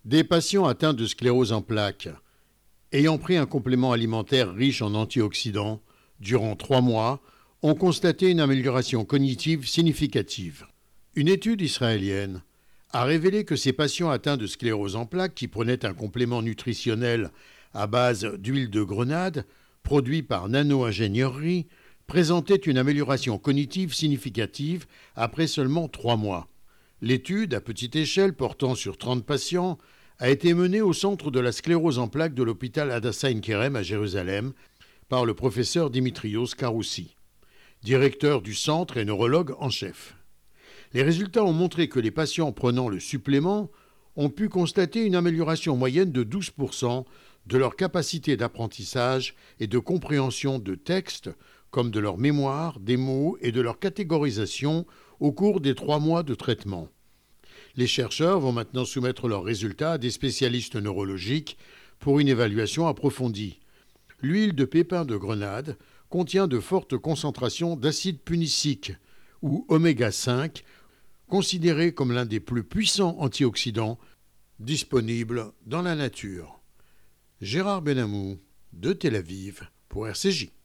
Des patients atteints de sclérose en plaques, ayant pris un complément alimentaire riche en antioxydants durant 3 mois, ont constaté une amélioration cognitive significative. Une étude israélienne a révélé que ces patients atteints de sclérose en plaques qui prenaient un complément nutritionnel à base d'huile de grenade, produit par Nano-Ingénierie, présentaient une amélioration cognitive significative après seulement 3 mois. L'étude, à petite échelle portant sur 30 patients, a été menée au centre de la sclérose en plaques de l'hôpital Hadassah Ein Kerem à Jérusalem par le professeur Dimitrios Karoussi, directeur du centre et neurologue en chef. Les résultats ont montré que les patients prenant le supplément ont pu constater une amélioration moyenne de 12% de leur capacité d'apprentissage et de compréhension de textes, comme de leur mémoire, des mots et de leur catégorisation au cours des 3 mois de traitement. Les chercheurs vont maintenant soumettre leurs résultats à des spécialistes neurologiques pour une évaluation approfondie. L'huile de pépin de grenade contient de fortes concentrations d'acide punicique, ou oméga 5, considéré comme l'un des plus puissants antioxydants disponibles dans la nature. Gérard Benamou, de Tel Aviv, pour RCJ.